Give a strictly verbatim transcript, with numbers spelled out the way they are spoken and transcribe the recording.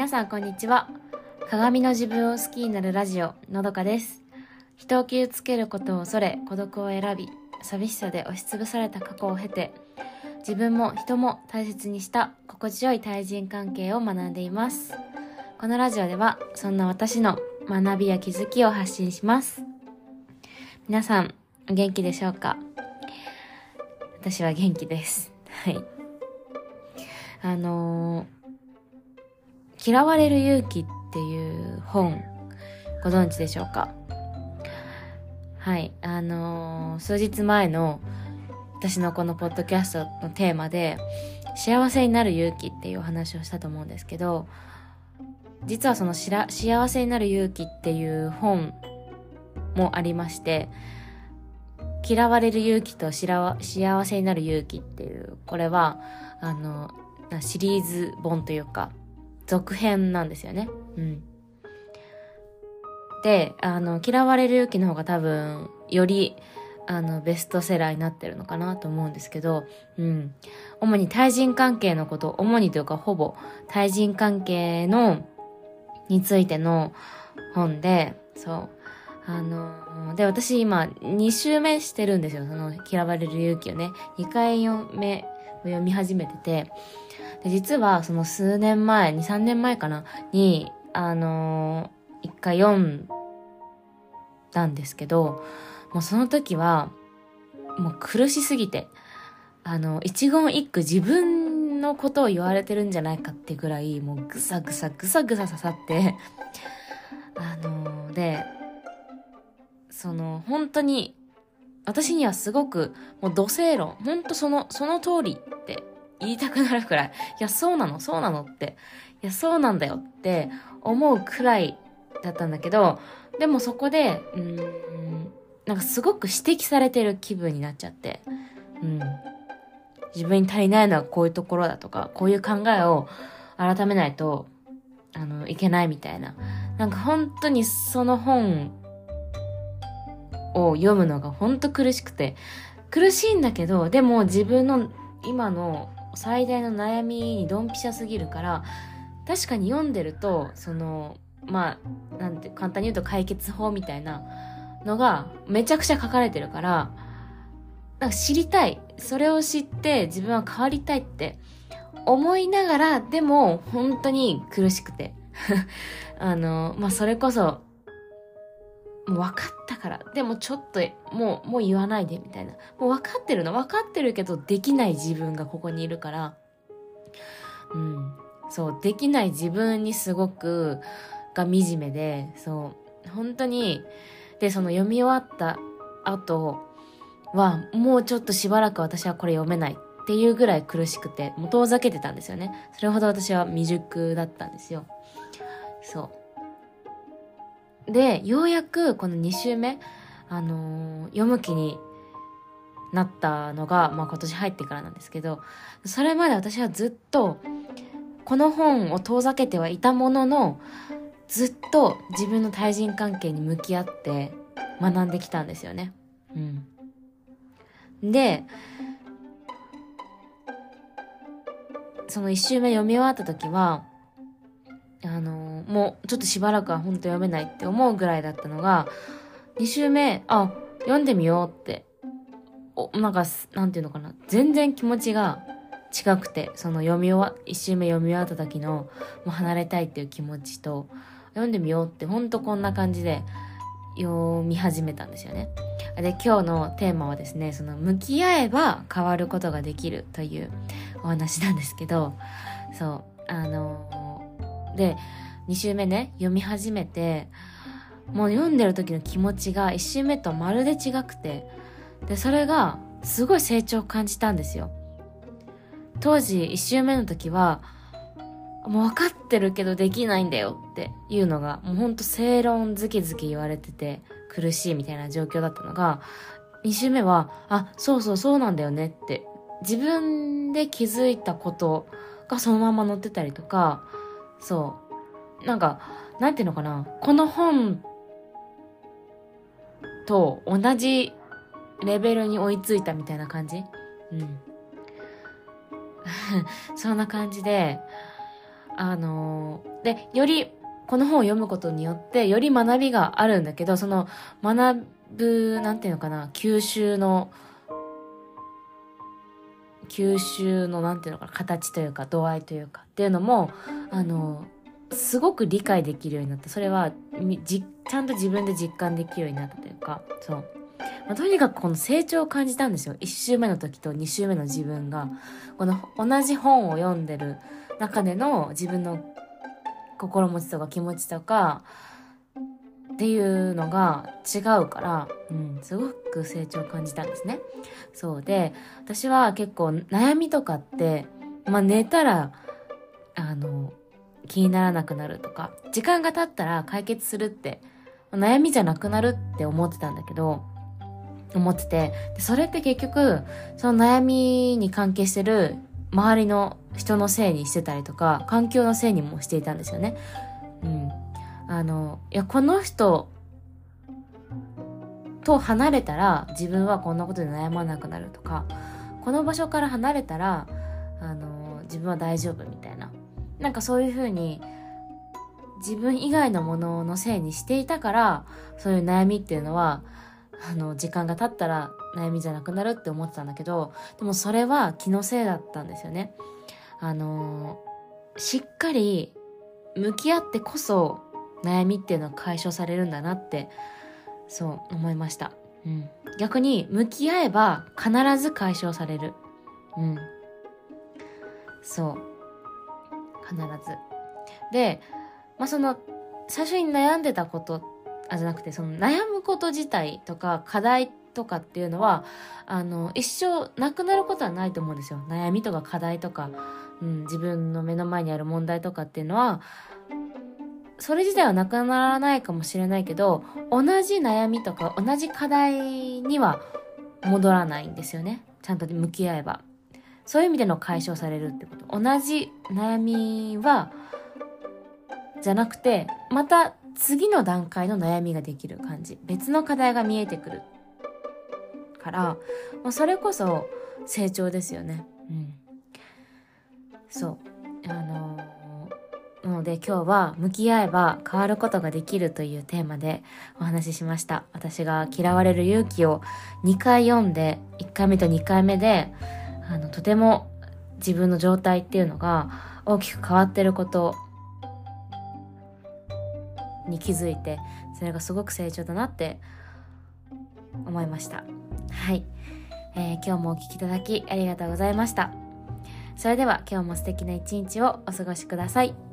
皆さんこんにちは。鏡の自分を好きになるラジオのどかです。人を傷つけることを恐れ孤独を選び、寂しさで押しつぶされた過去を経て、自分も人も大切にした心地よい対人関係を学んでいます。このラジオではそんな私の学びや気づきを発信します。皆さんお元気でしょうか？私は元気です。はいあのー嫌われる勇気っていう本ご存知でしょうか？はいあのー、数日前の私のこのポッドキャストのテーマで幸せになる勇気っていうお話をしたと思うんですけど、実はそのしら幸せになる勇気っていう本もありまして、嫌われる勇気としら幸せになる勇気っていう、これはあのシリーズ本というか続編なんですよね。うん。で、あの嫌われる勇気の方が多分よりあのベストセラーになってるのかなと思うんですけど、うん。主に対人関係のこと、主にというかほぼ対人関係のについての本で、そう。あので私今に週目してるんですよ。その嫌われる勇気をね、にかいめを読み始めてて。で実はその数年前、に、さんねんまえかなに、あのー、一回読んだんですけど、もうその時は、もう苦しすぎて、あの、一言一句自分のことを言われてるんじゃないかってぐらい、もうぐさぐさぐさぐさ刺さって、あのー、で、その、本当に、私にはすごく、もう土星論、本当その、その通りって、言いたくなるくらい、いやそうなのそうなのって、いやそうなんだよって思うくらいだったんだけど、でもそこでうーんなんかすごく指摘されてる気分になっちゃって、うん、自分に足りないのはこういうところだとか、こういう考えを改めないとあのいけないみたいな、なんか本当にその本を読むのが本当苦しくて、苦しいんだけど、でも自分の今の最大の悩みにドンピシャすぎるから、確かに読んでるとそのまあなんて簡単に言うと解決法みたいなのがめちゃくちゃ書かれてるから、なんか知りたい、それを知って自分は変わりたいって思いながら、でも本当に苦しくてあのまあそれこそもう分かったから、でもちょっともうもう言わないでみたいな、もう分かってるの分かってるけどできない自分がここにいるから、うんそうできない自分にすごくが惨めで、そう本当に、でその読み終わった後はもうちょっとしばらく私はこれ読めないっていうぐらい苦しくて、もう遠ざけてたんですよね。それほど私は未熟だったんですよ。そうで、ようやくこのに週目、あのー、読む気になったのが、まあ、今年入ってからなんですけど、それまで私はずっとこの本を遠ざけてはいたものの、ずっと自分の対人関係に向き合って学んできたんですよね。うん。で、そのいち週目読み終わった時は、あのー、もうちょっとしばらくは本当読めないって思うぐらいだったのが、に週目、あ、読んでみようって、お、なんか、なんていうのかな、全然気持ちが違くて、その読み終わ、いち週目読み終わった時の、もう離れたいっていう気持ちと、読んでみようってほんとこんな感じで読み始めたんですよね。で、今日のテーマはですね、その向き合えば変わることができるというお話なんですけど、そう、あのーでに週目ね読み始めて、もう読んでる時の気持ちがいち週目とまるで違くて、でそれがすごい成長を感じたんですよ。当時いち週目の時はもう分かってるけどできないんだよっていうのがもうほんと正論ずけずけ言われてて苦しいみたいな状況だったのが、に週目はあそうそうそうなんだよねって自分で気づいたことがそのまま載ってたりとか、そうなんかなんていうのかな、この本と同じレベルに追いついたみたいな感じ、うんそんな感じで、 あのー、で、よりこの本を読むことによってより学びがあるんだけど、その学ぶ、なんていうのかな、吸収の、吸収のなんていうのかな、形というか度合いというかっていうのも、あのー、すごく理解できるようになった。それはじちゃんと自分で実感できるようになったというか、そう。まあ、とにかくこの成長を感じたんですよ。いち週目の時とに週目の自分が、この同じ本を読んでる中での自分の心持ちとか気持ちとかっていうのが違うから、うん、すごく成長を感じたんですね。そうで、私は結構悩みとかって、まあ寝たら、あの、気にならなくなるとか、時間が経ったら解決するって、悩みじゃなくなるって思ってたんだけど、思ってて、でそれって結局、その悩みに関係してる周りの人のせいにしてたりとか、環境のせいにもしていたんですよね。うん。あの、いや、この人と離れたら自分はこんなことで悩まなくなるとか、この場所から離れたら、あの、自分は大丈夫みたいな。なんかそういう風に、自分以外のもののせいにしていたから、そういう悩みっていうのは、あの、時間が経ったら悩みじゃなくなるって思ってたんだけど、でもそれは気のせいだったんですよね。あの、しっかり向き合ってこそ悩みっていうのは解消されるんだなって、そう思いました。うん。逆に向き合えば必ず解消される。うん。そう。必ず。で、まあ、その、最初に悩んでたことあじゃなくて、その悩むこと自体とか課題とかっていうのは、あの、一生なくなることはないと思うんですよ。悩みとか課題とか、うん、自分の目の前にある問題とかっていうのは、それ自体はなくならないかもしれないけど、同じ悩みとか同じ課題には戻らないんですよね。ちゃんと向き合えば。そういう意味での解消されるってこと。同じ悩みは、じゃなくて、また次の段階の悩みができる感じ。別の課題が見えてくる。から、まあ、それこそ成長ですよね。うん。そう。あのー、なので今日は向き合えば変わることができるというテーマでお話ししました。私が嫌われる勇気をにかい読んで、いっかいめとにかいめで、あの、とても自分の状態っていうのが大きく変わってることに気づいて、それがすごく成長だなって思いました。はい、えー、今日もお聞きいただきありがとうございました。それでは今日も素敵な一日をお過ごしください。